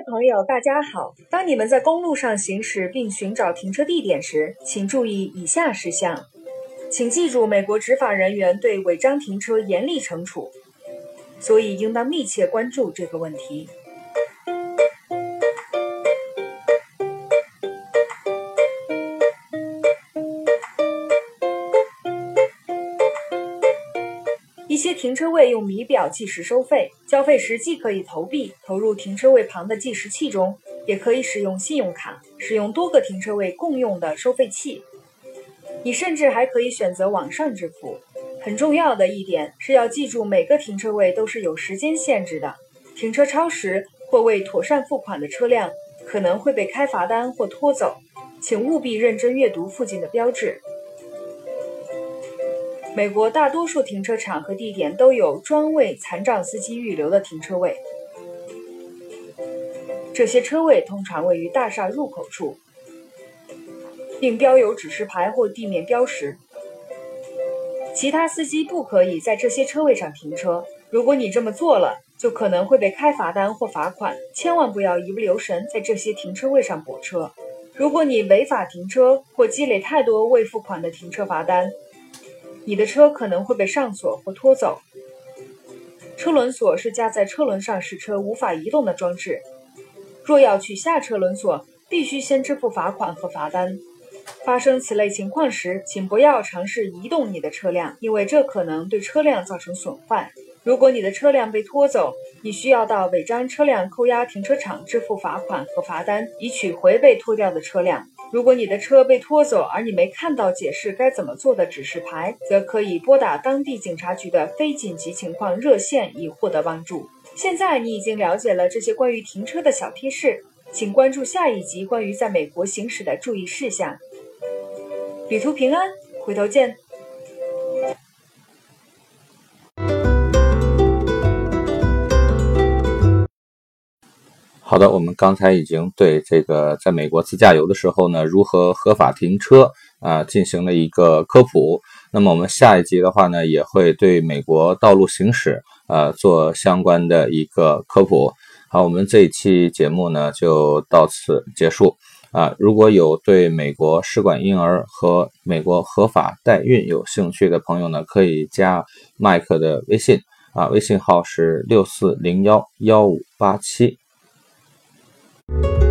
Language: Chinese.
位朋友，大家好。当你们在公路上行驶并寻找停车地点时，请注意以下事项。请记住，美国执法人员对违章停车严厉惩处，所以应当密切关注这个问题。一些停车位用米表计时收费，交费时既可以投币投入停车位旁的计时器中，也可以使用信用卡，使用多个停车位共用的收费器。你甚至还可以选择网上支付。很重要的一点是要记住，每个停车位都是有时间限制的。停车超时或未妥善付款的车辆可能会被开罚单或拖走，请务必认真阅读附近的标志。美国大多数停车场和地点都有专为残障司机预留的停车位，这些车位通常位于大厦入口处，并标有指示牌或地面标识。其他司机不可以在这些车位上停车，如果你这么做了，就可能会被开罚单或罚款。千万不要一不留神在这些停车位上泊车。如果你违法停车或积累太多未付款的停车罚单，你的车可能会被上锁或拖走。车轮锁是架在车轮上使车无法移动的装置。若要取下车轮锁，必须先支付罚款和罚单。发生此类情况时，请不要尝试移动你的车辆，因为这可能对车辆造成损坏。如果你的车辆被拖走，你需要到违章车辆扣押停车场支付罚款和罚单，以取回被拖掉的车辆。如果你的车被拖走，而你没看到解释该怎么做的指示牌，则可以拨打当地警察局的非紧急情况热线以获得帮助。现在你已经了解了这些关于停车的小贴士，请关注下一集关于在美国行驶的注意事项。旅途平安，回头见。 好的，我们刚才已经对这个在美国自驾游的时候呢，如何合法停车进行了一个科普。那么我们下一集的话呢，也会对美国道路行驶做相关的一个科普。好，我们这一期节目呢就到此结束如果有对美国试管婴儿和美国合法代孕有兴趣的朋友呢，可以加麦克的微信微信号是64011587。